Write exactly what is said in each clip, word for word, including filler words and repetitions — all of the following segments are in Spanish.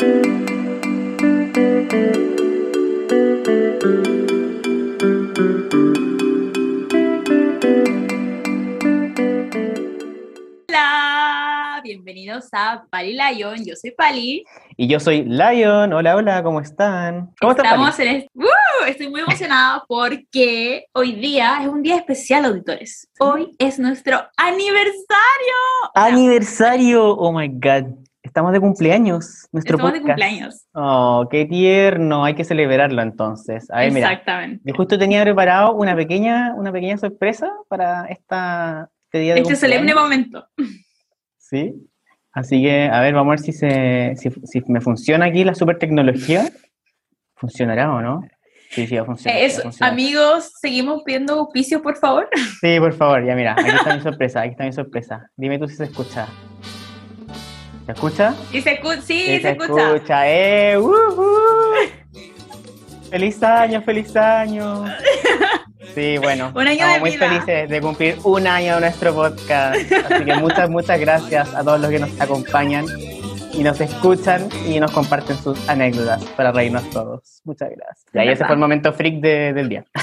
Hola, bienvenidos a Pali Lion. Yo soy Pali. Y yo soy Lion. Hola, hola, ¿cómo están? ¿Cómo Estamos están, en este... ¡Uh! Estoy muy emocionada porque hoy día es un día especial, auditores. Hoy es nuestro aniversario. ¡Aniversario! Oh my God. Estamos de cumpleaños. Nuestro Estamos de podcast. cumpleaños. Oh, qué tierno. Hay que celebrarlo entonces. A ver, mira. Exactamente. Yo justo tenía preparado una pequeña, una pequeña sorpresa para esta, este día de Este cumpleaños. solemne momento. Sí. Así que, a ver, vamos a ver si, se, si, si me funciona aquí la super tecnología. ¿Funcionará o no? Sí, sí, va a funcionar. Eh, va a eso, funcionar. amigos, seguimos pidiendo auspicios, por favor. Sí, por favor, ya mira, aquí está mi sorpresa, aquí está mi sorpresa. Dime tú si se escucha. ¿Se escucha? Y se escu- sí, Sí, se, se escucha. escucha, ¡eh! ¡Uh, uh! ¡Feliz año, feliz año! Sí, bueno, Un año estamos de muy vida. felices de cumplir un año de nuestro podcast. Así que muchas, muchas gracias a todos los que nos acompañan y nos escuchan y nos comparten sus anécdotas para reírnos todos. Muchas gracias. Y ahí ese fue el momento freak de, del día.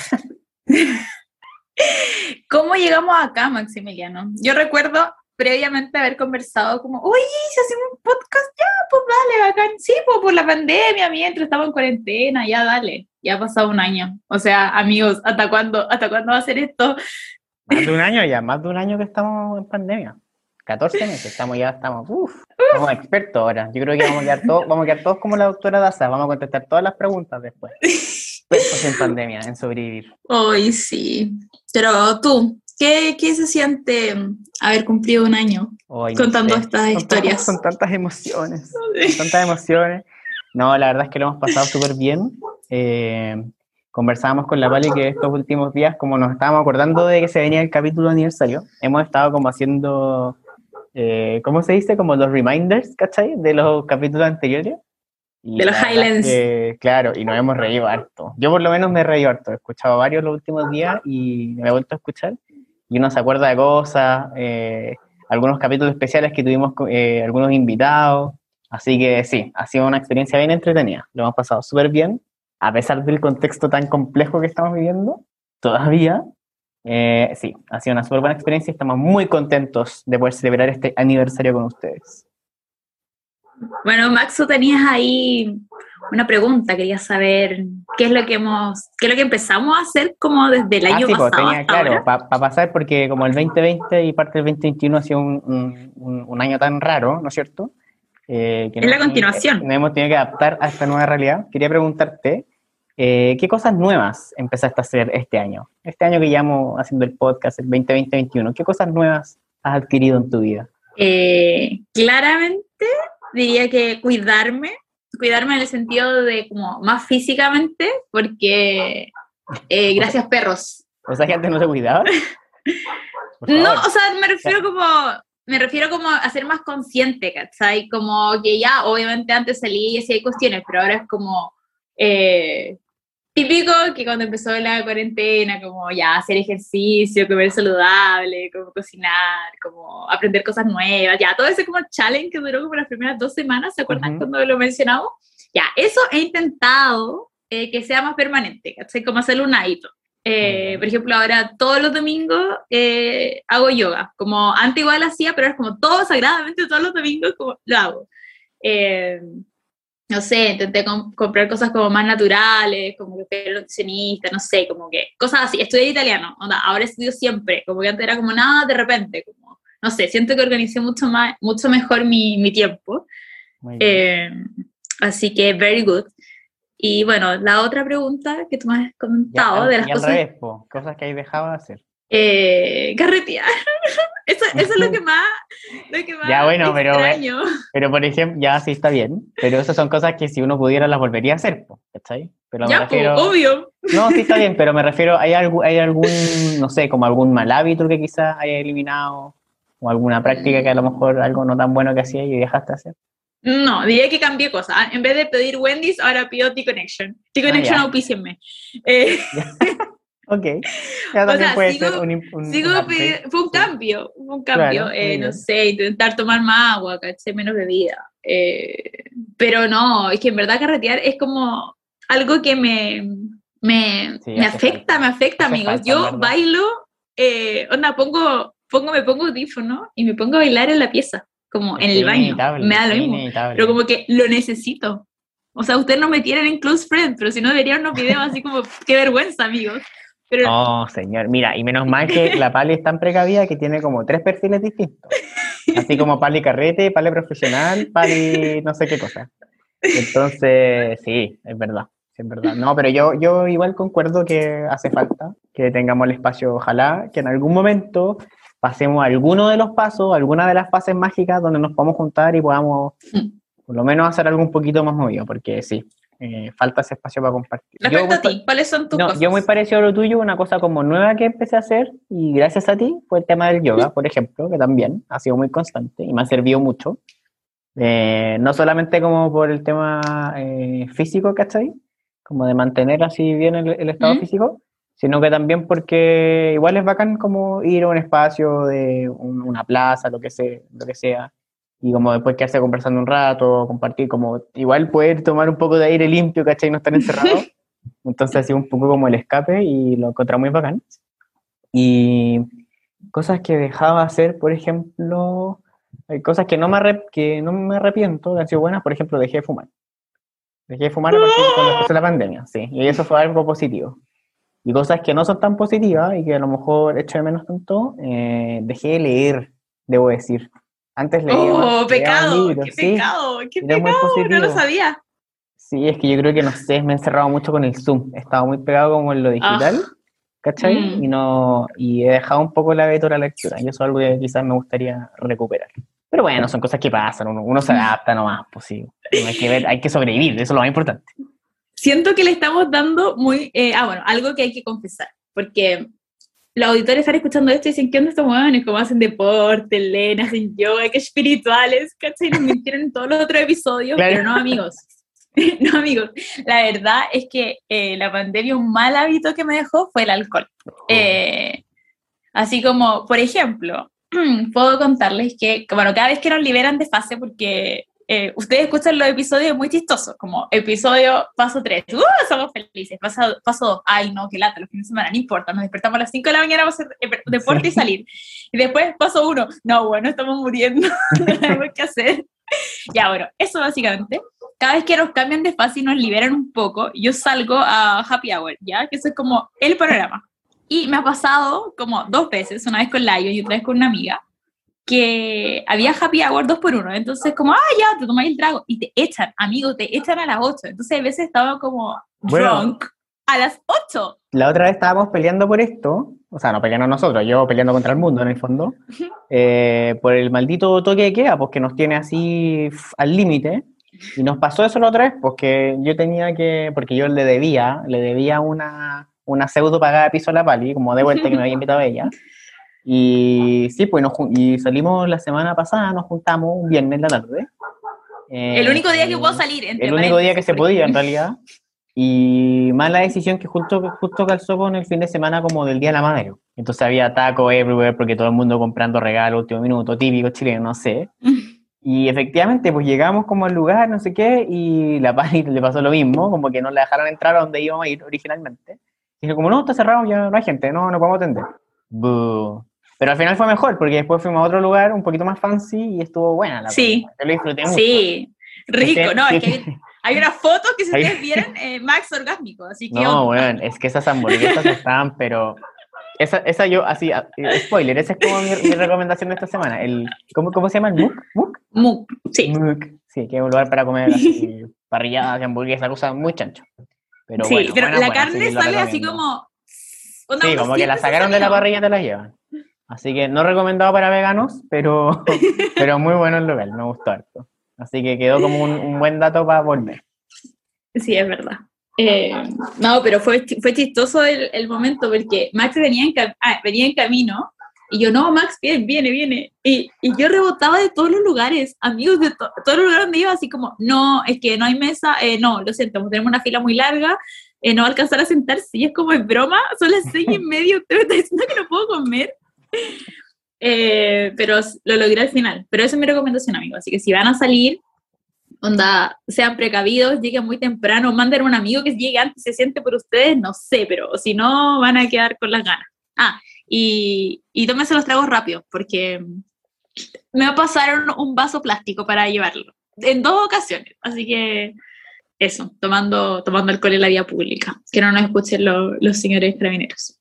¿Cómo llegamos acá, Maximiliano? Yo recuerdo previamente haber conversado como, oye, si hacemos un podcast, ya, pues dale, bacán. Sí, pues por la pandemia, mientras estaba en cuarentena, ya dale. Ya ha pasado un año. O sea, amigos, ¿hasta cuándo, hasta cuándo va a ser esto? Más de un año ya, más de un año que estamos en pandemia. catorce meses, estamos ya, estamos, uff, somos expertos ahora. Yo creo que vamos a quedar todos, vamos a quedar todos como la doctora Daza, vamos a contestar todas las preguntas después. Expertos en pandemia, en sobrevivir. Hoy sí. Pero tú, ¿qué, qué se siente haber cumplido un año Hoy, no contando sé, estas son historias? Tantas, son tantas emociones, son tantas emociones. No, la verdad es que lo hemos pasado súper bien. Eh, conversábamos con la Pali que estos últimos días, como nos estábamos acordando de que se venía el capítulo aniversario, hemos estado como haciendo, eh, ¿cómo se dice? Como los reminders, ¿cachai? De los capítulos anteriores. Y De los la verdad Highlands. es que, claro, y nos hemos reído harto. Yo por lo menos me he reído harto. He escuchado varios los últimos días y me he vuelto a escuchar. Y uno se acuerda de cosas, eh, algunos capítulos especiales que tuvimos con eh, algunos invitados. Así que sí, ha sido una experiencia bien entretenida. Lo hemos pasado súper bien, a pesar del contexto tan complejo que estamos viviendo. Todavía, eh, sí, ha sido una súper buena experiencia y estamos muy contentos de poder celebrar este aniversario con ustedes. Bueno, Max, tú tenías ahí una pregunta, quería saber qué es lo que hemos, qué es lo que empezamos a hacer como desde el año ah, sí, pasado pues, tenía, hasta claro, ahora. para pa pasar, porque como el veinte veinte y parte del veinte veintiuno ha sido un, un, un, un año tan raro, ¿no es cierto? Eh, que Es nos, la continuación. nos hemos tenido que adaptar a esta nueva realidad. Quería preguntarte, eh, ¿qué cosas nuevas empezaste a hacer este año? Este año que llevamos haciendo el podcast, el veinte veinte veintiuno, ¿qué cosas nuevas has adquirido en tu vida? Eh, claramente diría que cuidarme, cuidarme en el sentido de como más físicamente, porque eh, gracias perros. ¿O sea, que antes no se cuidaba? No, o sea, me refiero como, me refiero como a ser más consciente, ¿cachai? Como que ya, obviamente antes salía y hacía cuestiones, pero ahora es como eh, típico que cuando empezó la cuarentena, como ya hacer ejercicio, comer saludable, como cocinar, como aprender cosas nuevas, ya todo ese como challenge que duró como las primeras dos semanas, ¿se acuerdan uh-huh. cuando lo mencionamos? Ya, eso he intentado eh, que sea más permanente, ¿cachai? Como hacerlo un hábito. Eh, por ejemplo, ahora todos los domingos eh, hago yoga, como antes igual hacía, pero es como todo sagradamente todos los domingos como lo hago. Eh, no sé, intenté com- comprar cosas como más naturales, como que fui nutricionista, no sé, como que cosas así. Estudié italiano, onda, ahora estudio siempre, como que antes era como nada de repente, como, no sé, siento que organicé mucho, más, mucho mejor mi, mi tiempo. Eh, así que, very good. Y bueno, la otra pregunta que tú me has comentado ya, de las y al cosas... revés, po, cosas que hay dejado de hacer. Eh, carretear. eso, eso es lo que más, lo que más ya, bueno, extraño. Pero, pero por ejemplo, ya sí está bien, pero esas son cosas que si uno pudiera las volvería a hacer, po, ¿cachai? Pero ya, me refiero... po, obvio. No, sí está bien, pero me refiero, ¿hay algún, hay algún, no sé, como algún mal hábito que quizás haya eliminado? ¿O alguna práctica que a lo mejor algo no tan bueno que hacías y dejaste de hacer? No, diría que cambié cosas. En vez de pedir Wendy's, ahora pido T-Connection. T-Connection, ah, auspícienme. Eh, ok. Ya también o sea, puede sigo, ser un, un, sigo un pidi- Fue un sí. cambio, fue un cambio. Claro, eh, no sé, intentar tomar más agua, caché, menos bebida. Eh, pero no, es que en verdad carretear es como algo que me, me, Sí, me hace afecta, falta. me afecta, Hace amigos. falta, en Yo verdad. bailo, eh, onda, pongo, pongo, me pongo audífono y me pongo a bailar en la pieza, como Es en que el es baño, me inevitable, da lo es mismo, pero inevitable. como que lo necesito. O sea, ustedes no me tienen en Close Friends, pero si no deberían unos videos así como, qué vergüenza, amigos. Pero Oh, señor. Mira, y menos mal que la Pali es tan precavida que tiene como tres perfiles distintos. Así como Pali carrete, Pali profesional, Pali no sé qué cosa. Entonces, sí, es verdad, sí, es verdad. No, pero yo, yo igual concuerdo que hace falta que tengamos el espacio, ojalá que en algún momento pasemos alguno de los pasos, alguna de las fases mágicas donde nos podamos juntar y podamos por lo menos hacer algo un poquito más movido, porque sí, eh, falta ese espacio para compartir. Yo respecto muy, a ti, ¿cuáles son tus no, yo muy cosas? parecido a lo tuyo, una cosa como nueva que empecé a hacer, y gracias a ti, fue el tema del yoga, por ejemplo, que también ha sido muy constante y me ha servido mucho. Eh, no solamente como por el tema eh, físico, ¿cachai? Como de mantener así bien el, el estado ¿Mm? físico, sino que también porque igual es bacán como ir a un espacio de un- una plaza, lo que sea, lo que sea, y como después quedarse conversando un rato, compartir, como igual poder tomar un poco de aire limpio, ¿cachai? No estar encerrado. Entonces ha sido un poco como el escape y lo encontré muy bacán. Y cosas que dejaba hacer, por ejemplo, hay cosas que no me, arrep- que no me arrepiento, que han sido buenas, por ejemplo, dejé de fumar. Dejé de fumar a partir de cuando empezó la pandemia, sí, y eso fue algo positivo. Y cosas que no son tan positivas y que a lo mejor echo de menos tanto, eh, dejé de leer, debo decir. Antes leía más, Oh, leía más pecado, qué libros, sí, pecado, qué y era muy pecado, no lo positivo. sabía. Sí, es que yo creo que, no sé, me he encerrado mucho con el Zoom. He estado muy pegado como en lo digital, Ah, ¿cachai? Y mm. no, y he dejado un poco la beta a la lectura. Y eso es algo que quizás me gustaría recuperar. Pero bueno, son cosas que pasan, uno, uno se adapta nomás, pues sí. Uno hay que ver, hay que sobrevivir, eso es lo más importante. Siento que le estamos dando muy... eh, ah, bueno, algo que hay que confesar, porque los auditores están escuchando esto y dicen, ¿qué onda estos huevones? ¿Cómo hacen deporte, leen, hacen yoga, qué espirituales? ¿Cachai? Nos mintieron en todos los otros episodios, Claro. pero no, amigos. No, amigos. La verdad es que eh, la pandemia, un mal hábito que me dejó fue el alcohol. Eh, así como, por ejemplo, puedo contarles que, bueno, cada vez que nos liberan de fase, porque eh, ustedes escuchan los episodios muy chistosos, como episodio paso tres, ¡uh! Somos felices, paso, paso dos, ay no, qué lata, los fines de semana, no importa, nos despertamos a las cinco de la mañana para hacer deporte y Sí. salir. Y después paso uno, no, bueno, estamos muriendo, no tenemos qué hacer. Ya, bueno, eso básicamente. Cada vez que nos cambian de fase y nos liberan un poco, yo salgo a Happy Hour, ¿ya? Que eso es como el programa. Y me ha pasado como dos veces, una vez con Laio y otra vez con una amiga, que había happy hour dos por uno. Entonces, como, ah, ya, te tomáis el trago. Y te echan, amigo, te echan a las ocho. Entonces, a veces estaba como Bueno, drunk a las ocho. la otra vez estábamos peleando por esto, o sea, no peleando nosotros, yo peleando contra el mundo en el fondo, eh, por el maldito toque de queda, pues que nos tiene así f- al límite. Y nos pasó eso la otra vez, porque yo tenía que, porque yo le debía, le debía una, una pseudo pagada de piso a la Pali, como de vuelta que me había invitado a ella. Y sí, pues nos, jun- y salimos la semana pasada, nos juntamos un viernes en la tarde. El único día que puedo Eh, salir, entre el único día que paréntesis, se podía, en porque... realidad. Y mala decisión que justo, justo calzó con el fin de semana como del Día de la Madre. Entonces había taco everywhere porque todo el mundo comprando regalos último minuto, típico chileno, no sé. Y efectivamente, pues llegamos como al lugar, no sé qué, y la Pani le pasó lo mismo, como que no la dejaron entrar a donde íbamos a ir originalmente. Y dijo, como no, está cerrado, ya no hay gente, no, no podemos atender. Buh. Pero al final fue mejor, porque después fuimos a otro lugar un poquito más fancy y estuvo buena la comida. Sí, Yo lo disfruté mucho. sí, Si rico. usted, No, si es que usted, hay, hay unas fotos que si hay- ustedes vieran, eh, Max orgásmico, así que no, onda. bueno, es que esas hamburguesas estaban, pero esa, esa yo, así, a- eh, spoiler, esa es como mi, mi recomendación de esta semana. El, ¿cómo, cómo se llama? ¿El Muk? ¿Muk? Mu, sí, Muk. Sí, que es un lugar para comer así, parrilladas, hamburguesas, cosas muy chancho. Pero sí, bueno, pero buena, la buena, así carne que lo sale así recomiendo. como, onda, Sí, uno como que la siente ese sacaron de la sonido. parrilla y te la llevan. Así que no recomendado para veganos, pero, pero muy bueno el local, me gustó harto. Así que quedó como un, un buen dato para volver. Sí, es verdad. Eh, no, pero fue, fue chistoso el, el momento porque Max venía en, cam- ah, venía en camino y yo, no, Max, viene, viene, viene. Y, y yo rebotaba de todos los lugares, amigos, de to- todos los lugares donde iba, así como, no, es que no hay mesa, eh, no, lo siento, tenemos una fila muy larga, eh, no va a alcanzar a sentarse. Y es como, es broma, son las seis y media, usted me está diciendo que no puedo comer. Eh, pero lo logré al final. Pero esa es mi recomendación, amigos. Así que si van a salir, Onda, sean precavidos, lleguen muy temprano, manden a un amigo que llegue antes, se siente por ustedes, no sé, pero si no, van a quedar con las ganas. Ah, y, y tómense los tragos rápido, porque me pasaron un vaso plástico para llevarlo, en dos ocasiones, así que eso, tomando, tomando alcohol en la vía pública, que no nos escuchen lo, los señores carabineros.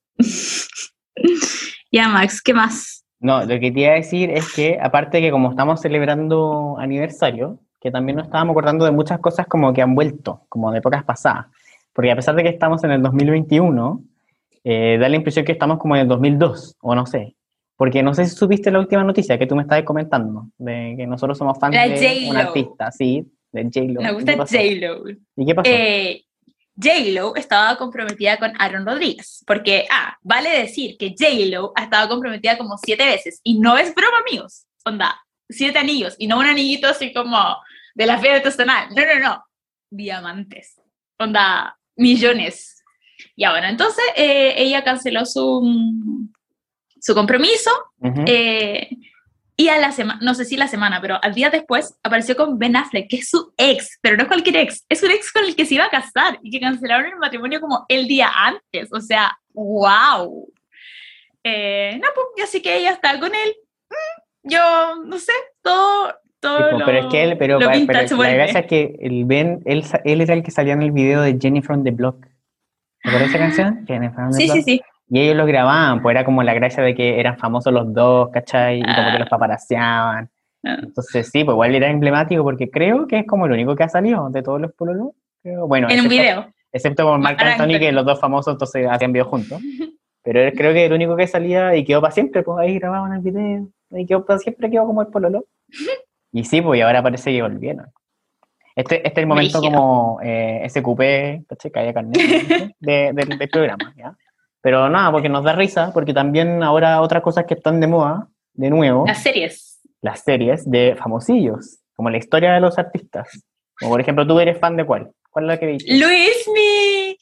Ya, Max, ¿qué más? No, lo que te iba a decir es que, aparte que como estamos celebrando aniversario, que también nos estábamos acordando de muchas cosas como que han vuelto, como de épocas pasadas, porque a pesar de que estamos en el dos mil veintiuno, eh, da la impresión que estamos como en el dos mil dos, o no sé, porque no sé si supiste la última noticia que tú me estabas comentando, de que nosotros somos fans La de un J-Lo. artista, sí, de J-Lo. Me ¿Y gusta qué pasó? J-Lo. ¿Y qué pasó? Eh, J-Lo estaba comprometida con Aaron Rodríguez, porque, ah, vale decir que J-Lo ha estado comprometida como siete veces, y no es broma, amigos, onda, siete anillos, y no un anillito así como de la fe artesanal, no, no, no, diamantes, onda, millones. Ya bueno, entonces eh, ella canceló su, su compromiso, Uh-huh. eh, y a la semana, no sé si la semana, pero al día después apareció con Ben Affleck, que es su ex, pero no es cualquier ex, es un ex con el que se iba a casar y que cancelaron el matrimonio como el día antes, o sea, wow. Eh, no, pues, así que ella está con él, mm, yo, no sé, todo, todo Sí, pues, lo, pero es que él, pero, lo pero vintage la vuelve. gracia es que el Ben, él, sa- él era el que salía en el video de Jenny from the Block. ¿Te acuerdas de esa canción? Jenny from the Sí, Block. sí, sí. Y ellos lo grababan, pues era como la gracia de que eran famosos los dos, ¿cachai? Y como que los Ah, paparazziaban. ah. Entonces sí, pues igual era emblemático porque creo que es como el único que ha salido de todos los pololos. Creo. Bueno, En un excepto, video. excepto por Marc Marc Anthony, que Anthony. los dos famosos entonces hacían videos juntos. Pero él creo que el único que salía y quedó para siempre, pues ahí grabado en el video. Ahí quedó para siempre, quedó como el pololo. Y sí, pues y ahora parece que volvieron. Este, este es el momento Brígido. como eh, ese cupé, ¿cachai? Calla carnet, ¿no? de, del, del programa, ¿ya? Pero nada, porque nos da risa, porque también ahora otras cosas que están de moda, de nuevo, Las series. las series de famosillos, como la historia de los artistas. Como por ejemplo, ¿tú eres fan de cuál? ¿Cuál es la que viste? Luismi,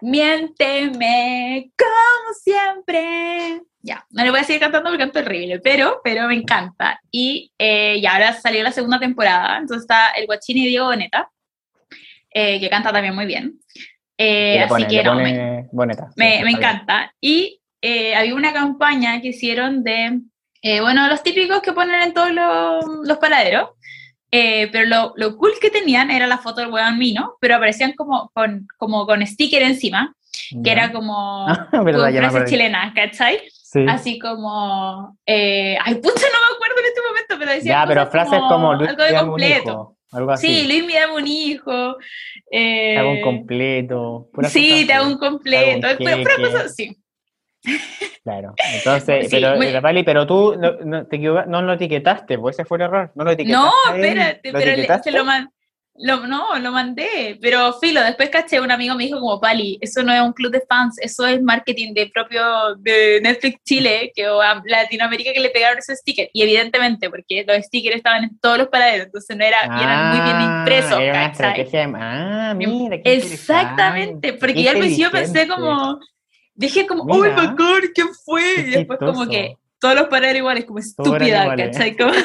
miénteme como siempre. Ya, no le voy a seguir cantando porque canto horrible, pero, pero me encanta. Y eh, ya ahora salió la segunda temporada, entonces está el Guachini Diego Boneta, eh, que canta también muy bien. Eh, Y le así pone, que le no, pone me, boneta. Sí, me, sí, me está bien. encanta. Y eh, había una campaña que hicieron de, eh, bueno, los típicos que ponen en todos los, los paraderos. Eh, pero lo, lo cool que tenían era la foto del hueón Mino, pero aparecían como con, como con sticker encima, que Ya. era como Ah, verdad, con ya me frases acordé. chilenas, ¿cachai? Sí. Así como, eh, ay, pucha, no me acuerdo en este momento, pero decían Ya, pero cosas frases como, como Luis, algo de dame un completo. hijo, algo así. Sí, Luis, me dame un hijo. Te hago un Eh, completo, puras sí, cosas te hago así. un Te hago completo. un Es pura, pura queque. cosa así. Claro. Entonces, Sí, pero, muy, Pali, pero tú no, no, te equivoca- no lo etiquetaste, pues ese fue el error. No lo no, etiquetaste a él. espérate, ¿Lo pero le- se etiquetaste? lo mandé. Lo, no, lo mandé, pero filo, después caché, un amigo me dijo como, Pali, eso no es un club de fans, eso es marketing de propio de Netflix Chile, que o a Latinoamérica que le pegaron ese sticker, y evidentemente, porque los stickers estaban en todos los paraderos, entonces no era, y eran muy bien Ah, impresos, era una ¿cachai? estrategia de... Ah, mira, qué Exactamente, interesante. porque Qué yo al principio pensé inteligente. como, dije como, ¡uy, Mira, bacán! ¿Qué fue? qué Y después como que chistoso. todos los paraderos iguales, como Todos eran estúpida, iguales. ¿cachai? Como,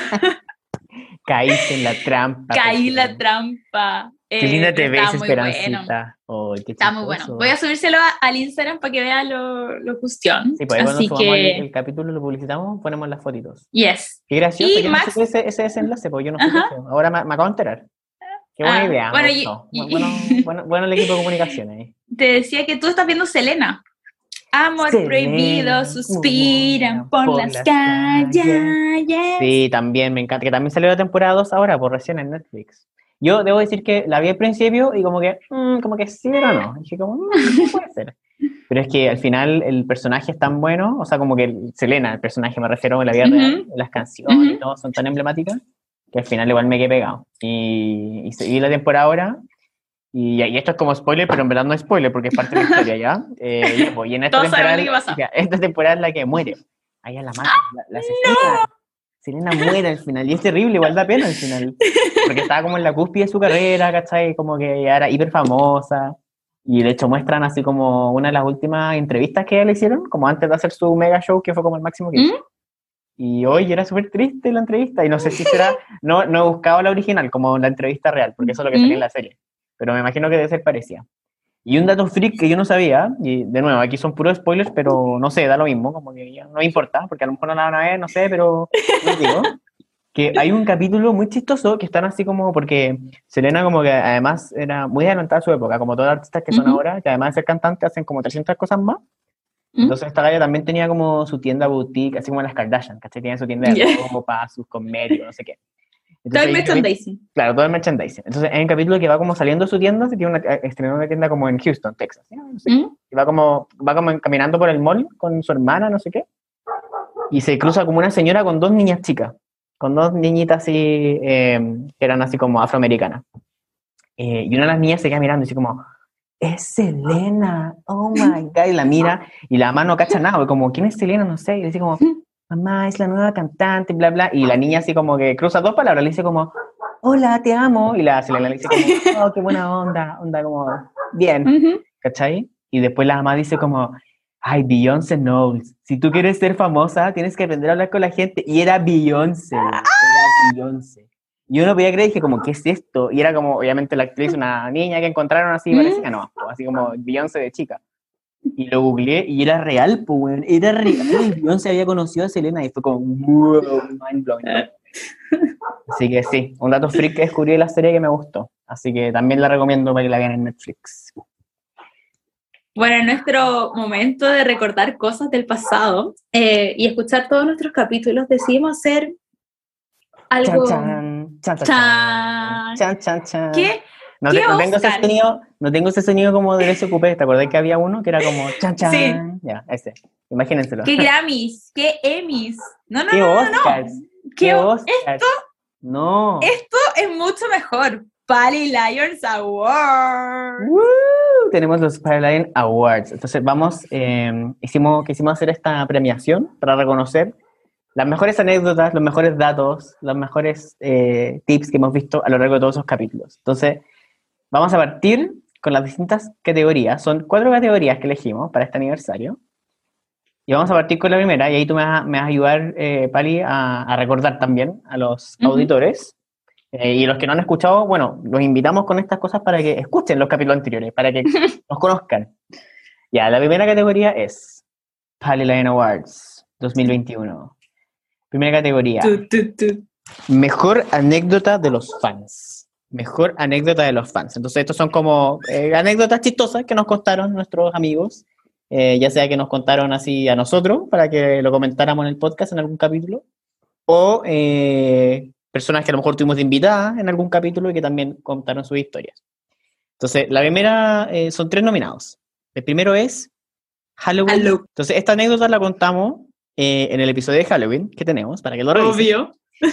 Caíste en la trampa, caí en la Pequeño. trampa. Qué Eh, linda pero te ves, estaba muy bueno. Esperancita. Oh, qué Está muy bueno. chistoso. Voy a subírselo a- al Instagram para que vean lo, lo cuestión. Sí, pues ahí cuando Así subamos el, que, el capítulo, lo publicitamos, ponemos las fotitos. yes. Qué gracioso, Y yo no Max, supe ese, ese desenlace, pues yo no supe ajá, eso. Ahora me, me acabo de enterar. Qué buena ah, idea, me bueno, y, gustó. Bu- Bueno, y- bueno, bueno el equipo de comunicación ahí. te decía que tú estás viendo Selena. Amor prohibido, Selena, suspiran por, por las las calles. calles. Sí, también me encanta. Que también salió la temporada dos ahora, por recién en Netflix. Yo debo decir que la vi al principio y como que, mm, como que sí, pero no. Y dije como, mm, puede ser. Pero es que al final el personaje es tan bueno, o sea, como que el- Selena, el personaje me refiero en la vida Ujú, real, las canciones y ujú. todo son tan emblemáticas que al final igual me quedé pegado. Y, y seguí la temporada ahora. Y, y esto es como spoiler, pero en verdad no es spoiler porque es parte de la historia, ¿ya? Eh, ya, pues, y en esta Todos sabemos temporada, lo que pasa. ya, esta temporada es la que muere. A ella la mata, la, la asesina. Selena muere al final, y es terrible, igual da pena al final. Porque estaba como en la cúspide de su carrera, ¿cachai? Como que ya era hiper famosa. Y de hecho muestran así como una de las últimas entrevistas que ella le hicieron, como antes de hacer su mega show, que fue como el máximo que hizo. ¿Mm? y hoy era súper triste la entrevista, y no sé si será, no, no he buscado la original, como la entrevista real, porque eso es lo que salía en la serie, pero me imagino que debe ser parecida. Y un dato freak que yo no sabía, y de nuevo, aquí son puros spoilers, pero no sé, da lo mismo, como que ya no me importa, porque a lo mejor no la van a ver, no sé, pero les digo, que hay un capítulo muy chistoso que están así como, porque Selena como que además era muy adelantada a su época, como todos los artistas que son uh-huh. ahora, que además de ser cantante hacen como trescientas cosas más. Entonces esta galla también tenía como su tienda boutique, así como las Kardashian, ¿cachai? Tenía su tienda de yeah. ropa, sus cosméticos, no sé qué. Entonces, todo el merchandising. Claro, todo el merchandising. Entonces hay un capítulo que va como saliendo de su tienda, que tiene una, estrenó una tienda como en Houston, Texas. No sé, ¿Mm? Y va como, va como caminando por el mall con su hermana, no sé qué. Y se cruza como una señora con dos niñas chicas, con dos niñitas así, eh, que eran así como afroamericanas. Eh, y una de las niñas se queda mirando y dice como, es Selena, oh my God, y la mira, y la mamá no cacha nada, como, ¿quién es Selena? No sé, y le dice como, mamá, es la nueva cantante, bla, bla, y la niña así como que cruza dos palabras, le dice como, hola, te amo, y la Selena le dice como, oh, qué buena onda, onda como, bien, uh-huh. ¿cachai? Y después la mamá dice como, ay, Beyoncé knows, si tú quieres ser famosa, tienes que aprender a hablar con la gente, y era Beyoncé, era Beyoncé. Y uno podía creer, dije como, ¿qué es esto? Y era como, obviamente la actriz, una niña que encontraron así, parecía, no, así como Beyoncé de chica. Y lo googleé y era real, pues, weón, era real. Beyoncé había conocido a Selena y fue como, wow, mind blowing. Así que sí, un dato freak que descubrí de la serie que me gustó. Así que también la recomiendo para que la vean en Netflix. Bueno, en nuestro momento de recordar cosas del pasado eh, y escuchar todos nuestros capítulos, decidimos hacer algo... Chan, chan, chan, chan, chan, chan, chan. ¿Qué? No, ¿Qué te, no, tengo ese sonido, no tengo ese sonido como de S Q P, ¿te acordás que había uno que era como chan, chan? Sí. Ya, ese, imagínenselo. ¿Qué Grammys? ¿Qué Emmys? No, no, ¿Qué no, Oscars? no, no. ¿Qué, ¿Qué Oscars? Esto, no. Esto es mucho mejor. Pally Lions Awards. ¡Woo! Tenemos los Pally Lions Awards. Entonces vamos, eh, hicimos, quisimos hacer esta premiación para reconocer las mejores anécdotas, los mejores datos, los mejores eh, tips que hemos visto a lo largo de todos esos capítulos. Entonces, vamos a partir con las distintas categorías. Son cuatro categorías que elegimos para este aniversario. Y vamos a partir con la primera, y ahí tú me vas, me vas a ayudar, eh, Pali, a, a recordar también a los uh-huh. auditores. Eh, y los que no han escuchado, bueno, los invitamos con estas cosas para que escuchen los capítulos anteriores, para que nos conozcan. Ya, la primera categoría es Pali Lion Awards dos mil veintiuno. Primera categoría. Tu, tu, tu. Mejor anécdota de los fans. Mejor anécdota de los fans. Entonces, estos son como eh, anécdotas chistosas que nos contaron nuestros amigos, eh, ya sea que nos contaron así a nosotros, para que lo comentáramos en el podcast en algún capítulo, o eh, personas que a lo mejor tuvimos de invitadas en algún capítulo y que también contaron sus historias. Entonces, la primera, eh, son tres nominados. El primero es Halloween. Hello. Entonces, esta anécdota la contamos Eh, en el episodio de Halloween que tenemos, para que lo revisen. Obvio.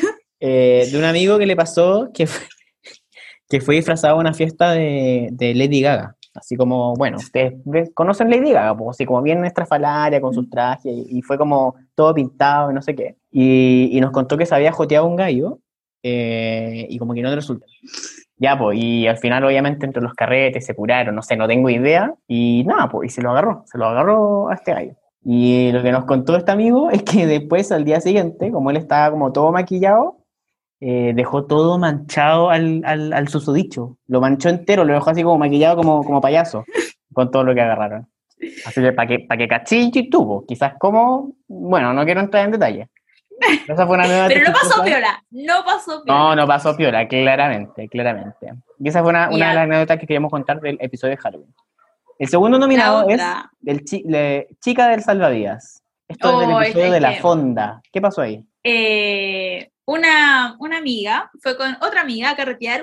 Eh, de un amigo que le pasó que fue, que fue disfrazado a una fiesta de, de Lady Gaga. Así como, bueno, ustedes conocen Lady Gaga, pues, así como bien estrafalaria con sus trajes, y, y fue como todo pintado y no sé qué. Y, y nos contó que se había joteado un gallo, eh, y como que no le resulta. Ya, pues, y al final obviamente entre los carretes se curaron, no sé, no tengo idea, y nada, pues, y se lo agarró, se lo agarró a este gallo. Y lo que nos contó este amigo es que después, al día siguiente, como él estaba como todo maquillado, eh, dejó todo manchado al, al, al susodicho. Lo manchó entero, lo dejó así como maquillado como, como payaso, con todo lo que agarraron. Así que para que, pa que cachillo y tuvo. Quizás como, bueno, no quiero entrar en detalle. Esa fue una nueva Pero no pasó piola, no pasó piola. No, no pasó piola, claramente, claramente. Y esa fue una, una yeah. de las anécdotas que queríamos contar del episodio de Halloween. El segundo nominado es del chi le, Chica del Salvavidas. Esto oh, es del episodio es de La que, Fonda. ¿Qué pasó ahí? Eh, una, una amiga fue con otra amiga a carretear.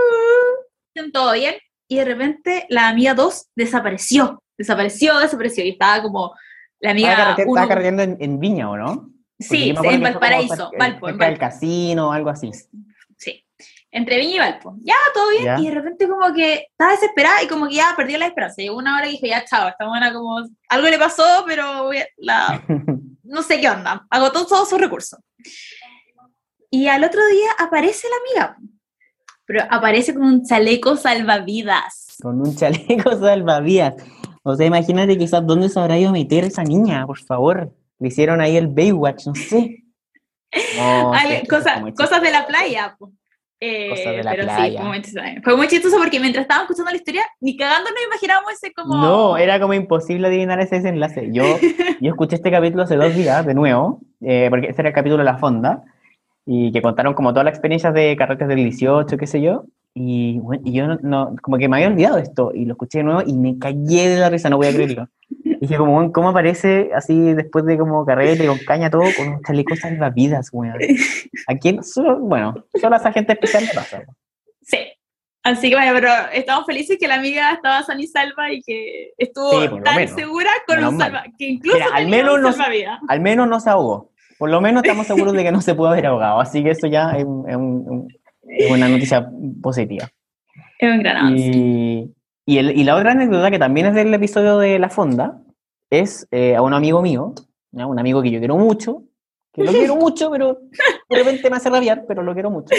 Uh, todo bien. Y de repente la amiga dos desapareció. Desapareció, desapareció. Y estaba como la amiga Estaba, carrete, uno... estaba carreteando en, en Viña, ¿o no? Porque sí, en Valparaíso. Cerca, Valpo, cerca en del casino o algo así. Sí. Entre Viña y Valpo. Ya, todo bien. ¿Ya? Y de repente como que estaba desesperada y como que ya perdió la esperanza. Llegó una hora y dije, ya, chao, esta buena como... Algo le pasó, pero voy a, la... no sé qué onda. Agotó todos sus recursos. Y al otro día aparece la amiga. Pero aparece con un chaleco salvavidas. Con un chaleco salvavidas. O sea, imagínate quizás dónde se habrá ido a meter esa niña, por favor. Le hicieron ahí el Baywatch, no sé. No, sí, Ale, es que eso cosa- fue muy cosas de la chistoso. playa, po. Cosas Eh, de la pero sí, playa. fue muy chistoso. Fue muy chistoso porque mientras estábamos escuchando la historia, ni cagando nos imaginábamos ese No, como... era como imposible adivinar ese desenlace. Yo, yo escuché este capítulo hace dos días, de nuevo, eh, porque ese era el capítulo de la fonda, y que contaron como todas las experiencias de carretes del dieciocho, qué sé yo, y, bueno, y yo no, no- como que me había olvidado de esto, y lo escuché de nuevo y me cagué de la risa, no voy a creerlo. Dije como, weón, ¿cómo aparece así después de como carrete, con caña, todo, con un chaleco salvavidas, weón? ¿A quién? Solo, bueno, solo a esa gente especial le pasa. Weón. Sí. Así que bueno, pero estamos felices que la amiga estaba sana y salva y que estuvo Sí, por lo tan menos. segura con Menos un mal. salva, que incluso Mira, al tenía menos, un no, salvavidas. al menos no se ahogó. Por lo menos estamos seguros de que no se pudo haber ahogado. Así que eso ya es, un- es un- un- es una noticia positiva. Es un gran avance. Y, y, el- y la otra anécdota, que también es del episodio de La Fonda, es eh, a un amigo mío, ¿ya? Un amigo que yo quiero mucho, que lo quiero mucho, pero de repente me hace rabiar, pero lo quiero mucho.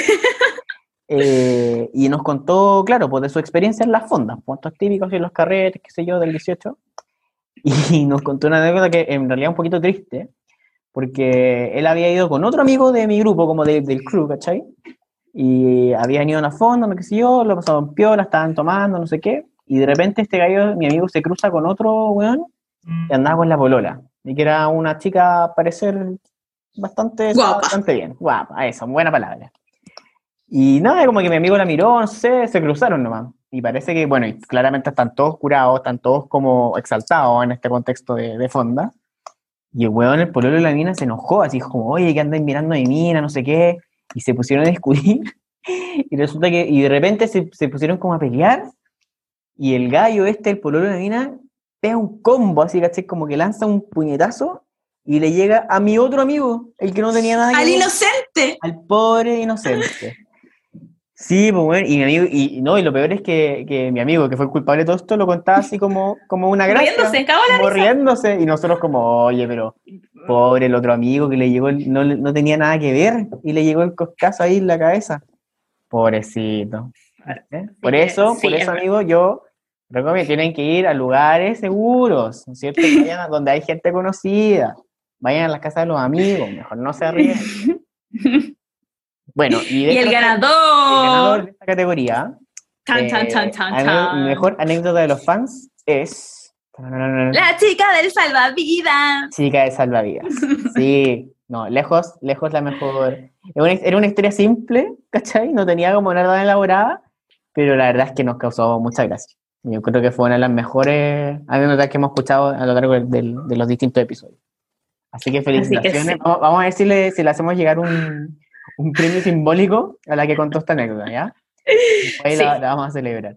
Eh, y nos contó, claro, pues de su experiencia en las fondas, puntos típicos y los carretes, qué sé yo, del dieciocho. Y nos contó una anécdota que en realidad es un poquito triste, porque él había ido con otro amigo de mi grupo, como de- del crew, ¿cachai? Y habían ido a una fonda, no qué sé yo, lo pasaban piola, estaban tomando, no sé qué, y de repente este gallo, mi amigo, se cruza con otro weón que andaba con la polola, y que era una chica, a parecer, bastante, estaba Guapa. bastante bien, guapa, eso, buena palabra. Y nada, como que mi amigo la miró, no sé, se cruzaron nomás. Y parece que, bueno, y claramente están todos curados, están todos como exaltados en este contexto de, de fonda. Y el weón, el pololo de la mina, se enojó, así como, oye, ¿qué andan mirando a mi mina? No sé qué. Y se pusieron a discutir. Y resulta que, y de repente se, se pusieron como a pelear. Y el gallo este, el pololo de la mina, pega un combo, así, ¿cachai? Como que lanza un puñetazo y le llega a mi otro amigo, el que no tenía nada que ¡Al ver. inocente! Al pobre inocente. Sí, pues bueno, y mi amigo, y no, y lo peor es que, que mi amigo, que fue el culpable de todo esto, lo contaba así como, como una gracia, Riéndose, cagó la como risa. riéndose, y nosotros como, oye, pero pobre el otro amigo que le llegó, el- no, le- no tenía nada que ver, y le llegó el coscazo ahí en la cabeza. Pobrecito. ¿Eh? Por que eso, por sí, es eso, verdad. amigo, yo recomiendo, tienen que ir a lugares seguros, ¿no es cierto? Vayan a donde hay gente conocida, vayan a las casas de los amigos, mejor no se arriesguen. Bueno, y de Y esta el el ganador ganador, de esta categoría, chan, chan, chan, eh, chan, ane- chan. mejor anécdota de los fans es La chica del salvavidas. Chica de Salvavidas. Sí, no, lejos, lejos la mejor. Era una, era una historia simple, ¿cachai? No tenía como nada elaborada, pero la verdad es que nos causó mucha gracia. Yo creo que fue una de las mejores anécdotas que hemos escuchado a lo largo del- del- de los distintos episodios. Así que Así que felicitaciones. sí. Vamos, vamos a ver si le, si le hacemos llegar un, un premio simbólico a la que contó esta anécdota, ¿ya? Después ahí la, Sí. la vamos a celebrar.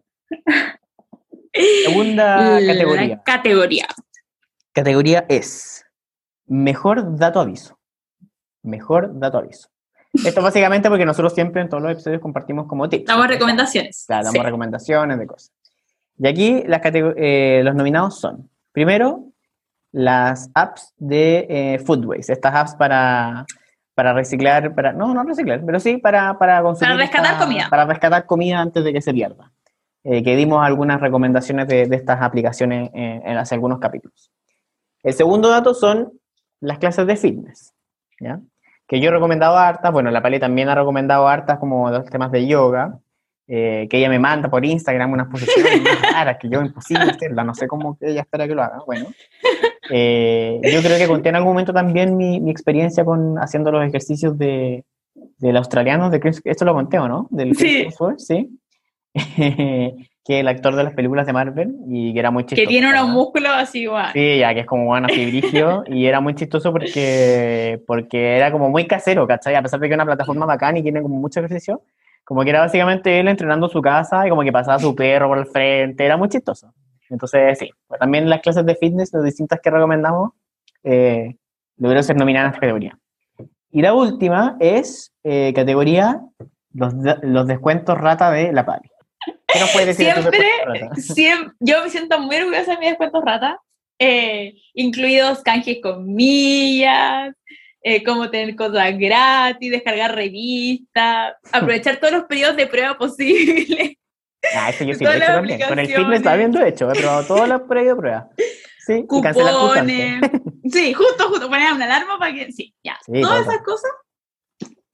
Segunda La categoría. categoría. Categoría es mejor dato aviso. Mejor dato aviso. Esto básicamente porque nosotros siempre en todos los episodios compartimos como tips. Damos ¿cierto? recomendaciones. Claro, damos Sí. recomendaciones de cosas. Y aquí las eh, los nominados son, primero, las apps de eh, Foodways. Estas apps para, para reciclar, para no, no reciclar, pero sí para, para consumir. Para rescatar esta- comida. Para rescatar comida antes de que se pierda. Eh, que dimos algunas recomendaciones de, de estas aplicaciones eh, en hace algunos capítulos. El segundo dato son las clases de fitness, ¿ya? Que yo he recomendado hartas, bueno, la Pali también ha recomendado hartas como los temas de yoga, eh, que ella me manda por Instagram unas posiciones más raras que yo imposible hacerlas, no sé cómo que ella espera que lo haga, bueno. Eh, yo creo que conté en algún momento también mi, mi experiencia con haciendo los ejercicios de, del australiano, de Chris, esto lo conté, ¿o no? Del Chris Sí. Hemsworth, sí. Que el actor de las películas de Marvel y que era muy chistoso. Que tiene unos ¿verdad? músculos así igual. Sí, ya que es como bueno, así brigio, y era muy chistoso porque, porque era como muy casero, ¿cachai? A pesar de que es una plataforma bacán y tiene como mucho ejercicio, como que era básicamente él entrenando en su casa y como que pasaba su perro por el frente, era muy chistoso. Entonces, sí, pues también las clases de fitness, las distintas que recomendamos, eh, deberían ser nominadas en esta categoría. Y la última es eh, categoría los, de- los descuentos rata de la Pali. ¿Qué nos puedes decir de tus Siempre, descuentos rata? siempre, yo me siento muy orgullosa de mis descuentos rata, eh, incluidos canjes con millas, eh, cómo tener cosas gratis, descargar revistas, aprovechar todos los periodos de prueba posibles. Ah, eso yo sí lo Todas he hecho las también. Con el fitness aplicaciones. también lo he hecho. He probado todos los previos de prueba. Sí, y cancelar justo antes. Cupones. Sí, justo, justo, poner una alarma para que. Sí, ya. Sí, Todas todo. esas cosas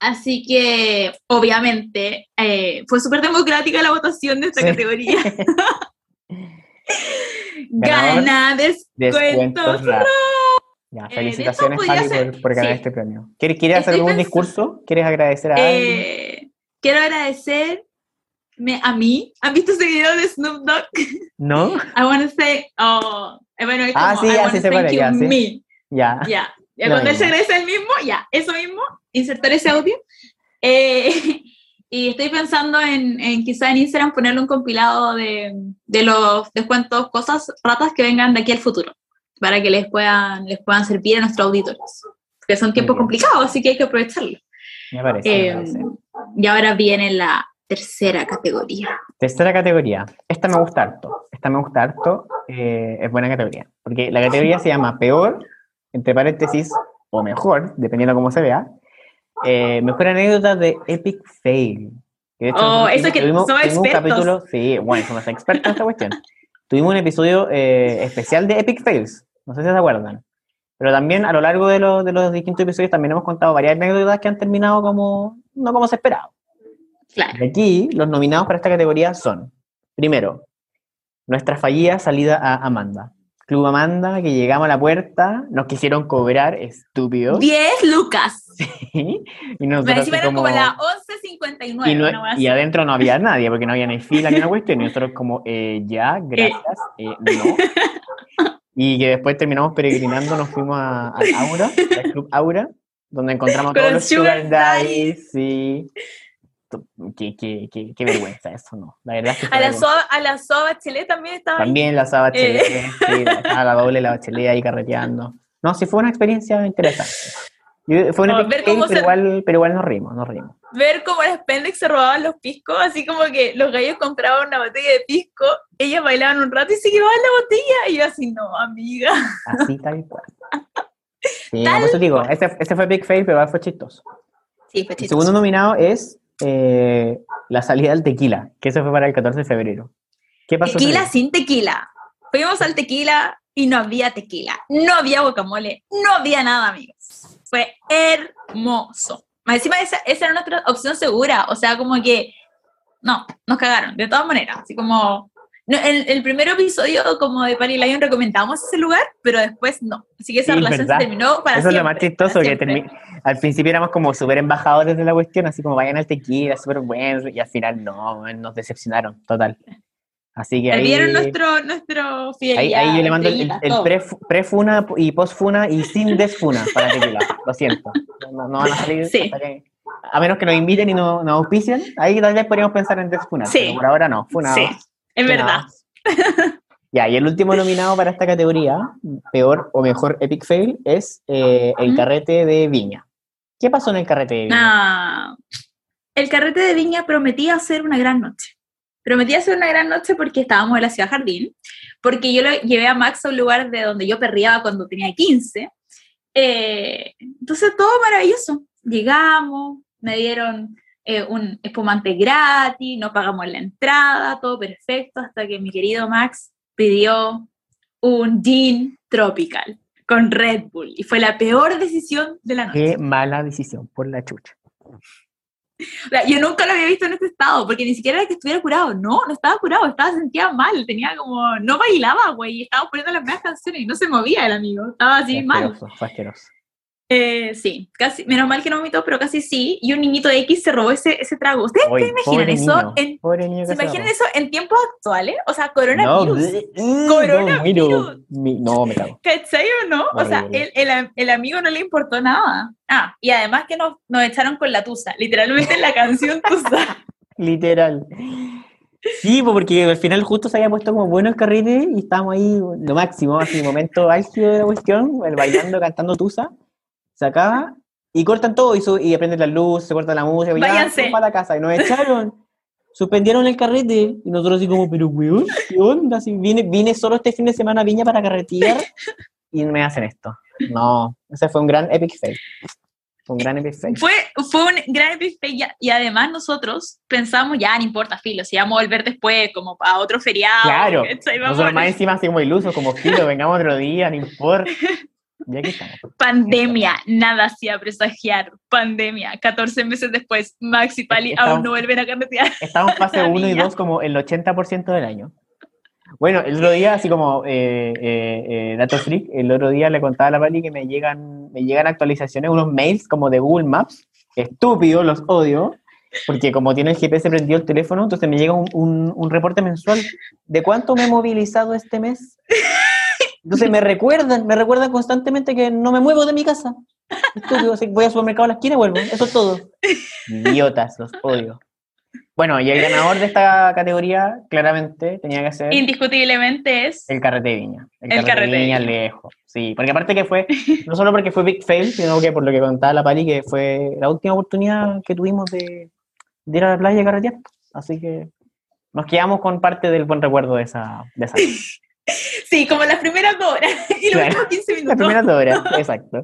Así que, obviamente, eh, fue súper democrática la votación de esta sí. categoría. Gana Descuentos Rap. Ya, felicitaciones, eh, Javi, hacer, por, por ganar sí. este premio. ¿Quieres, ¿quieres hacer Estoy algún pensando, discurso? ¿Quieres agradecer a eh, alguien? Quiero agradecer a mí. ¿Han visto ese video de Snoop Dogg? ¿No? I want to say, oh, bueno, es como, ah, sí, I ya, want sí, to se thank puede, you, ya, sí. me. Ya. Ya. Ya cuando él se agradece el mismo, ya, eso mismo, insertar ese audio. Eh, y estoy pensando en, en quizá en Instagram ponerle un compilado de, de los descuentos, cosas, ratas que vengan de aquí al futuro, para que les puedan, les puedan servir a nuestros auditores. Porque son tiempos complicados, así que hay que aprovecharlo. Me parece, eh, me parece. Y ahora viene la tercera categoría. Tercera categoría. Esta me gusta harto. Esta me gusta harto. Eh, es buena categoría. Porque la categoría se llama peor, entre paréntesis, o mejor, dependiendo de cómo se vea. Eh, mejor anécdota de Epic Fail. Que de hecho, oh, eso es que tuvimos, somos tuvimos expertos. Un capítulo, sí, bueno, somos expertos en esta cuestión. Tuvimos un episodio eh, especial de Epic Fails. No sé si se acuerdan. Pero también a lo largo de los, de los distintos episodios también hemos contado varias anécdotas que han terminado como, no como se esperaba. Claro. Y aquí los nominados para esta categoría son, primero, nuestra fallida salida a Amanda. Club Amanda, que llegamos a la puerta, nos quisieron cobrar, estúpidos. diez lucas. Sí. Y nosotros encima eran como, como las once cincuenta y nueve. Y, no, y adentro no había nadie, porque no había ni fila ni una cuestión. Y nosotros como, eh, ya, gracias, eh, no. Y que después terminamos peregrinando, nos fuimos a, a Aura, al Club Aura, donde encontramos a todos los Sugar Daddies, sí. Qué, qué, qué, qué vergüenza eso, ¿no? La verdad es que a, la soa, a la Soa Bachelet también estaba También ahí. la Soa Bachelet, eh. sí, a la doble la Bachelet ahí carreteando. No, sí fue una experiencia interesante. Fue una oh, ver cómo pero, se... igual, pero igual nos rimos, nos rimos. Ver cómo las pendex se robaban los piscos, así como que los gallos compraban una botella de pisco, ellas bailaban un rato y se llevaban la botella, y yo así, no, amiga. Así tal cual. Sí, tal por eso digo, ese, ese fue Big Fail, pero igual fue chistoso. Sí, fue chistoso. El segundo nominado es eh, la salida del tequila, que eso fue para el catorce de febrero. ¿Qué pasó? Tequila sin tequila. Fuimos al tequila y no había tequila, no había guacamole, no había nada, amigos. Fue hermoso. Más encima esa, esa era nuestra opción segura, o sea, como que, no, nos cagaron, de todas maneras, así como, no, el, el primer episodio como de Pani Lion recomendamos ese lugar, pero después no, así que esa sí, relación ¿verdad? Se terminó para Eso siempre. Eso es lo más chistoso, que termi- al principio éramos como súper embajadores de la cuestión, así como vayan al tequila, súper buenos, y al final no, nos decepcionaron, total. Así que ahí... Perdieron nuestro, nuestro fidelidad. Ahí, ahí yo le mando el, el pre-funa y post-funa y sin desfuna para tequila. Lo siento. No, no van a salir sí. hasta que... A menos que nos inviten y nos no auspicien, ahí tal vez podríamos pensar en desfunar. Sí. Pero por ahora no. Funa, sí, es verdad. Ya, y el último nominado para esta categoría, peor o mejor Epic Fail, es eh, el ¿Mm? carrete de Viña. ¿Qué pasó en el carrete de Viña? Ah, el carrete de Viña prometía ser una gran noche. Prometí hacer una gran noche porque estábamos en la Ciudad Jardín, porque yo lo llevé a Max a un lugar de donde yo perreaba cuando tenía quince, eh, entonces todo maravilloso. Llegamos, me dieron eh, un espumante gratis, no pagamos la entrada, todo perfecto, hasta que mi querido Max pidió un gin tropical con Red Bull, y fue la peor decisión de la noche. Qué mala decisión, por la chucha. O sea, yo nunca lo había visto en este estado, porque ni siquiera era que estuviera curado, no, no estaba curado, estaba sentía mal, tenía como, no bailaba, güey, estaba poniendo las mismas canciones y no se movía el amigo, estaba así fue mal. asqueroso, fue asqueroso. Eh, sí, casi, menos mal que no vomitó, pero casi sí, y un niñito de X se robó ese, ese trago. ¿Ustedes Oy, se imaginan eso? Niño, en, pobre niño ¿Se se imaginan robó. eso en tiempos actuales? O sea, coronavirus. No, coronavirus. No, no, me cago. ¿Cachai o no? Horrible. O sea, el, el, el amigo no le importó nada. Ah, y además que nos, nos echaron con la tusa, literalmente en la canción tusa. Literal. Sí, porque al final justo se había puesto como bueno el carrete y estábamos ahí lo máximo, así momento álgido de la cuestión, bailando, cantando tusa, se acaba y cortan todo y, sub, y prenden la luz, se corta la música, y váyanse ya, para la casa y nos echaron, suspendieron el carrete y nosotros así como, pero weón, ¿qué onda? Así, vine, vine solo este fin de semana a Viña para carretear y me hacen esto. No, ese fue un gran epic fail. Un gran epic fail. Fue, fue un gran epic fail y además nosotros pensamos, ya no importa, filo, si vamos a volver después como a otro feriado. Claro, vamos nosotros más encima así como ilusos, como filo, vengamos otro día, no importa. Ya aquí estamos. Pandemia, nada hacía presagiar. Pandemia, catorce meses después, Max y Pali Estamos, aún no vuelven a carretear. Estamos en fase uno y dos como el ochenta por ciento del año. Bueno, el otro día, así como eh, eh, eh, dato freak, el otro día le contaba a la Pali que me llegan, me llegan actualizaciones, unos mails como de Google Maps, estúpidos, los odio, porque como tiene el G P S prendido el teléfono, entonces me llega un, un, un reporte mensual de cuánto me he movilizado este mes. Entonces me recuerdan, me recuerdan constantemente que no me muevo de mi casa. Estúpido, así que voy al supermercado a la esquina y vuelvo, eso es todo. Idiotas, los odio. Bueno, y el ganador de esta categoría, claramente, tenía que ser... Indiscutiblemente es... El Carrete de Viña. El, el Carrete de Viña, Viña lejos. Sí, porque aparte que fue, no solo porque fue Big Fail, sino que por lo que contaba la Pali, que fue la última oportunidad que tuvimos de, de ir a la playa y carretear. Así que nos quedamos con parte del buen recuerdo de esa... De esa sí, como las primeras dos horas y los claro, últimos quince minutos. Las primeras dos horas, exacto.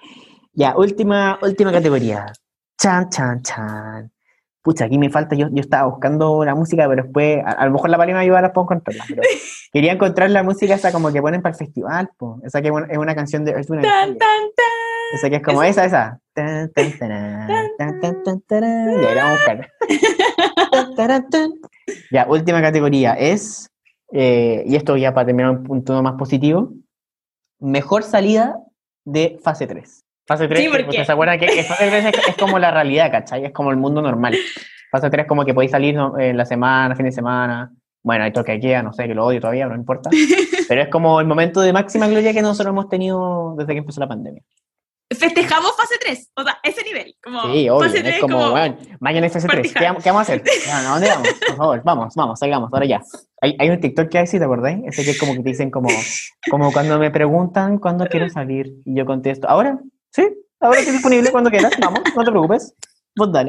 Ya, última, última categoría. Chan, chan, chan. Pucha, aquí me falta, yo, yo estaba buscando la música, pero después, a, a lo mejor la Pali me ayuda a encontrarla, pero quería encontrar la música esa como que ponen para el festival, po. Esa que es una canción de Earth, Wind and Fire. Esa que es como esa, esa. Tan, tan, tan, tan, tan, tan, tan. Ya, la vamos a buscar. Tan, tan, tan. Ya, última categoría es, eh, y esto ya para terminar un punto más positivo, mejor salida de fase tres. Fase tres, sí, porque ¿usted se acuerda que fase tres es, es como la realidad, ¿cachai? Es como el mundo normal. Fase tres como que podéis salir ¿no? en la semana, fin de semana. Bueno, hay toque de queda, no sé, que lo odio todavía, pero no importa. Pero es como el momento de máxima gloria que nosotros hemos tenido desde que empezó la pandemia. Festejamos fase tres, o sea, ese nivel. Como sí, obvio, fase tres es como, como bueno, mañana es fase tres, ¿qué, ¿qué vamos a hacer? No, ¿a dónde vamos? Por favor, vamos, vamos, salgamos, ahora ya. Hay, hay un TikTok que hay, ¿sí te acordáis? Ese que es como que te dicen como, como cuando me preguntan cuándo quiero salir, y yo contesto, ¿ahora? Sí, ahora estoy disponible cuando quieras, vamos, no te preocupes, vos dale.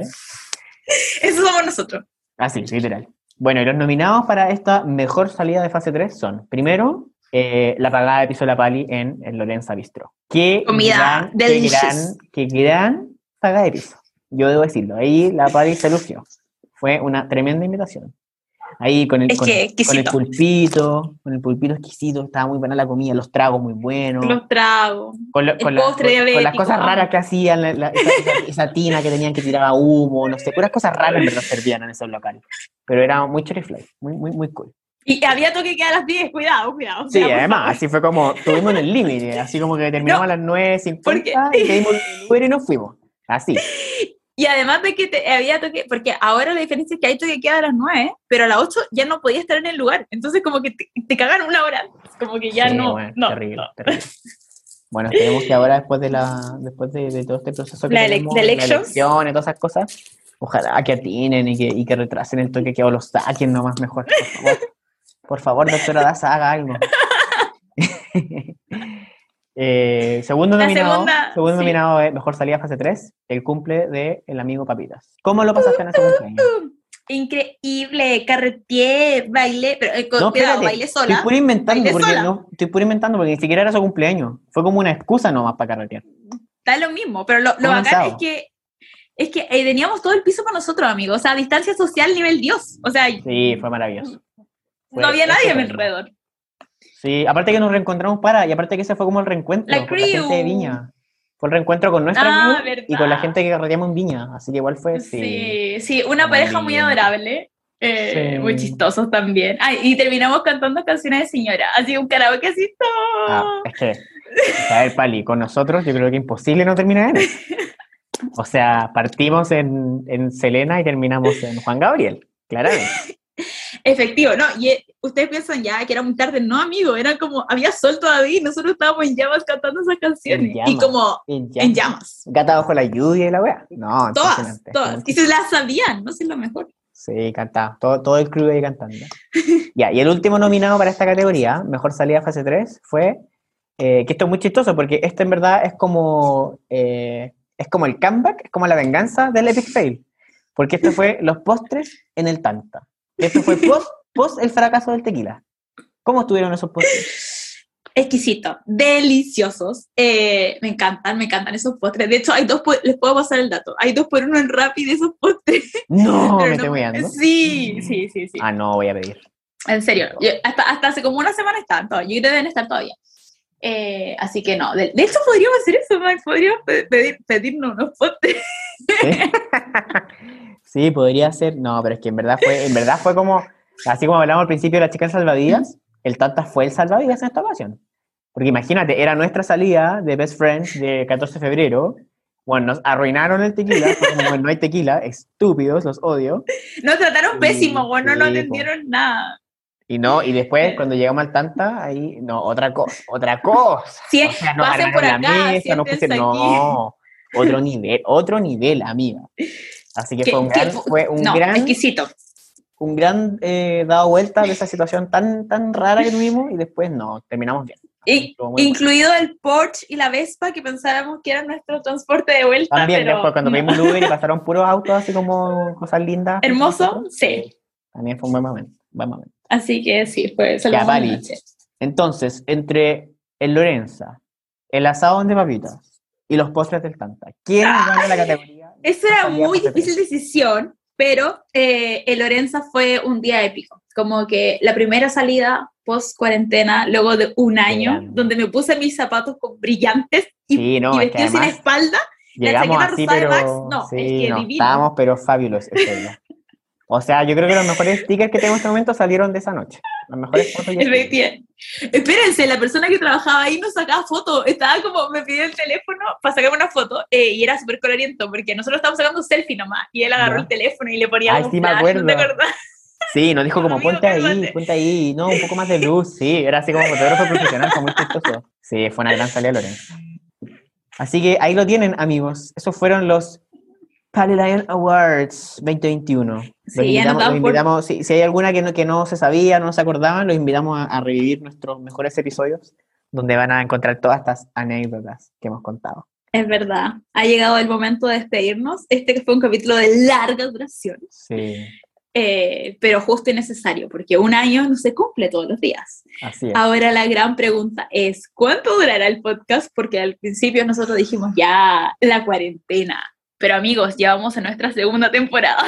Eso somos nosotros. Así, literal. Bueno, y los nominados para esta mejor salida de fase tres son, primero, eh, la pagada de piso de la Pali en el Lorenza Bistro. Qué comida gran, qué gran, qué gran pagada de piso. Yo debo decirlo, ahí la Pali se lució. Fue una tremenda invitación. Ahí con el, es con, que, con el pulpito, con el pulpito exquisito, estaba muy buena la comida, los tragos muy buenos. Los tragos. Con, lo, con, la, con, con las cosas raras que hacían, la, la, esa, esa, esa tina que tenían que tirar humo, no sé, puras cosas raras en verdad servían en esos locales. Pero era muy cherry fly, muy, muy, muy cool. Y había toque que a las diez, cuidado, cuidado. Sí, cuidado, además, así fue como, tuvimos en el límite, así como que terminamos no, a las nueve cincuenta y pedimos el Uber y nos fuimos, así. Y además de que te, había toque, porque ahora la diferencia es que hay toque que queda a las nueve, pero a las ocho ya no podías estar en el lugar, entonces como que te, te cagan una hora, como que ya sí, no, bueno, no. Terrible, no. terrible. Bueno, esperemos que ahora después de la después de, de todo este proceso que la, tenemos, la elección y todas esas cosas, ojalá que atinen y que, y que retrasen el toque, que o lo saquen nomás mejor, por favor. Por favor, doctora Daza, haga algo. eh, segundo la nominado, segunda, segundo sí. nominado es Mejor Salida Fase tres, el cumple de el amigo Papitas. ¿Cómo lo pasaste en ese cumpleaños? Increíble, carreteé, bailé, pero eh, no, cuidado, espérate, bailé sola. Estoy puro inventando, porque sola. no, estoy puro inventando porque ni siquiera era su cumpleaños. Fue como una excusa nomás para carretear. Da lo mismo, pero lo, lo bacán es que es que eh, teníamos todo el piso para nosotros, amigos. O sea, distancia social nivel Dios. O sea, sí, fue maravilloso. Fue no había nadie a mi alrededor. Sí, aparte que nos reencontramos para, y aparte que ese fue como el reencuentro la con la gente de Viña. Fue el reencuentro con nuestra ah, amiga y con la gente que carreteamos en Viña, así que igual fue... Sí, sí, sí una pareja muy adorable, eh, sí. muy chistosos también. Ay, y terminamos cantando canciones de señora, así un karaokecito. Ah, es que, a ver, Pali, con nosotros yo creo que imposible no terminar en eso. O sea, partimos en, en Selena y terminamos en Juan Gabriel, claramente. Efectivo, no, y ustedes piensan ya que era muy tarde, no, amigo, era como, había sol todavía y nosotros estábamos en llamas cantando esas canciones, llamas, y como, en llamas. en llamas. Gata bajo la lluvia y la wea. No, todas, todas, y se las sabían, no sé, lo mejor. Sí, cantaba, todo, todo el club ahí cantando. Ya, y el último nominado para esta categoría, Mejor Salida Fase tres, fue, eh, que esto es muy chistoso, porque esto en verdad es como, eh, es como el comeback, es como la venganza del Epic Fail, porque esto fue los postres en el Tanta. Esto fue post, post el fracaso del tequila. ¿Cómo estuvieron esos postres? Exquisito, deliciosos. Eh, me encantan, me encantan esos postres. De hecho, hay dos, les puedo pasar el dato. Hay dos por uno en Rappi de esos postres. No, Pero me no, estoy viendo. Sí, sí, sí, sí. Ah, no, voy a pedir. En serio, yo, hasta, hasta hace como una semana estaban todos. Yo creo que deben estar todavía. Eh, así que no, de, de hecho podríamos hacer eso, Max, podríamos pedir, pedirnos unos postres. ¿Sí? Sí, podría ser, no, pero es que en verdad fue, en verdad fue como, así como hablamos al principio de la chica salvavidas, el Tanta fue el salvavidas en esta ocasión. Porque imagínate, era nuestra salida de Best Friends de catorce de febrero, bueno, nos arruinaron el tequila, fue como, bueno, no hay tequila, estúpidos, los odio. Nos trataron Y, pésimo, bueno, sí, no po. entendieron nada. Y no, y después cuando llegamos al Tanta, ahí, no, otra cosa, otra cosa. Sí, o sea, nos pasen ganaron por la acá, mesa, nos siéntense pusieron, aquí. no, otro nivel, otro nivel, amiga. Así que ¿Qué, fue un qué, gran, fue un no, gran, exquisito. un gran eh, dado vuelta de esa situación tan, tan rara que tuvimos y después no, terminamos bien. Y, incluido bueno. El Porsche y la Vespa que pensábamos que era nuestro transporte de vuelta. También pero después cuando no. pedimos el Uber y pasaron puros autos así como cosas lindas. Hermoso, sí. sí. También fue un buen momento, buen momento. Así que sí, fue solo ya, Pali. Entonces, entre el Lorenza, el asado de papitas y los postres del Tanta, ¿quién ¡ah! Gana la categoría? Eso era muy difícil decisión, pero eh, el Lorenza fue un día épico. Como que la primera salida post cuarentena, luego de un año, sí, donde me puse mis zapatos con brillantes y, sí, no, y vestida sin espalda, llegamos la así, rosada pero, de Max, no, sí, es que no, divino. Estábamos, pero fabulosos. O sea, yo creo que los mejores stickers que tengo en este momento salieron de esa noche. Las mejores fotos. Efectivamente. Espérense, la persona que trabajaba ahí no sacaba fotos. Estaba como, me pidió el teléfono para sacarme una foto eh, y era súper coloriento porque nosotros estábamos sacando un selfie nomás y él agarró ¿no? el teléfono y le ponía Ay, un sí, flash, me acuerdo. ¿no te acordás? Sí, nos dijo como, ponte ahí, ponte ahí, no, un poco más de luz, sí, era así como fotógrafo profesional, fue muy chistoso. Sí, fue una gran salida, Lorenzo. Así que ahí lo tienen, amigos. Esos fueron los Pali Lion Awards veinte veintiuno. Sí, los invitamos, ya los invitamos si, si hay alguna que no, que no se sabía, no se acordaban, los invitamos a, a revivir nuestros mejores episodios, donde van a encontrar todas estas anécdotas que hemos contado. Es verdad, ha llegado el momento de despedirnos. Este fue un capítulo de larga duración. Sí. Eh, pero justo y necesario, porque un año no se cumple todos los días. Así es. Ahora la gran pregunta es, ¿cuánto durará el podcast? Porque al principio nosotros dijimos, ya, la cuarentena. Pero amigos, ya vamos a nuestra segunda temporada.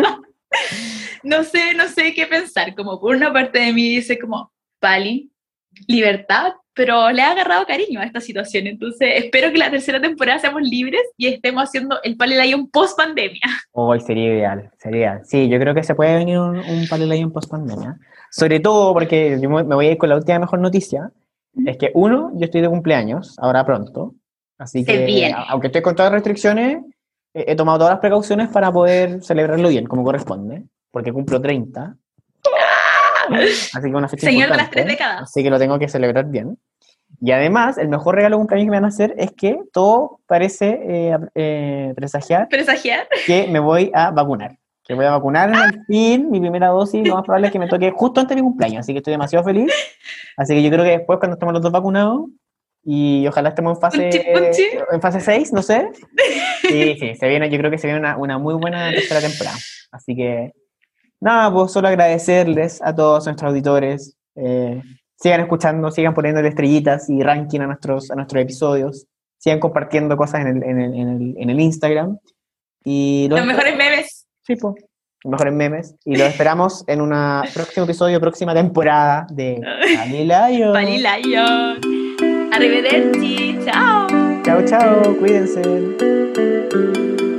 no sé, no sé qué pensar. Como por una parte de mí dice como, Pali, libertad, pero le ha agarrado cariño a esta situación. Entonces espero que la tercera temporada seamos libres y estemos haciendo el Pali Lion post pandemia. Hoy oh, sería ideal, sería. Sí, yo creo que se puede venir un, un Pali Lion post pandemia. Sobre todo porque yo me voy a ir con la última mejor noticia. Mm-hmm. Es que uno, yo estoy de cumpleaños, ahora pronto. Así que, bien. aunque estoy con todas las restricciones, he tomado todas las precauciones para poder celebrarlo bien, como corresponde, porque cumplo treinta. Así que una fecha Señor importante, de las tres décadas. Así que lo tengo que celebrar bien. Y además, el mejor regalo de cumpleaños que me van a hacer es que todo parece eh, eh, presagiar, presagiar que me voy a vacunar. Que voy a vacunar en el fin, mi primera dosis, lo más probable es que me toque justo antes de mi cumpleaños, así que estoy demasiado feliz. Así que yo creo que después, cuando estemos los dos vacunados, y ojalá estemos en fase, punchi, punchi. en fase seis, no sé. Sí, sí, se viene, yo creo que se viene una, una muy buena tercera temporada. Así que, nada, pues solo agradecerles a todos nuestros auditores. Eh, sigan escuchando, sigan poniéndole estrellitas y ranking a nuestros, a nuestros episodios. Sigan compartiendo cosas en el, en el, en el, en el Instagram. Y los, los mejores memes. Sí, pues. Los mejores memes. Y los esperamos en un próximo episodio, próxima temporada de Pali Lion. Pali Lion. Arrivederci, chao. Chao, chao, cuídense.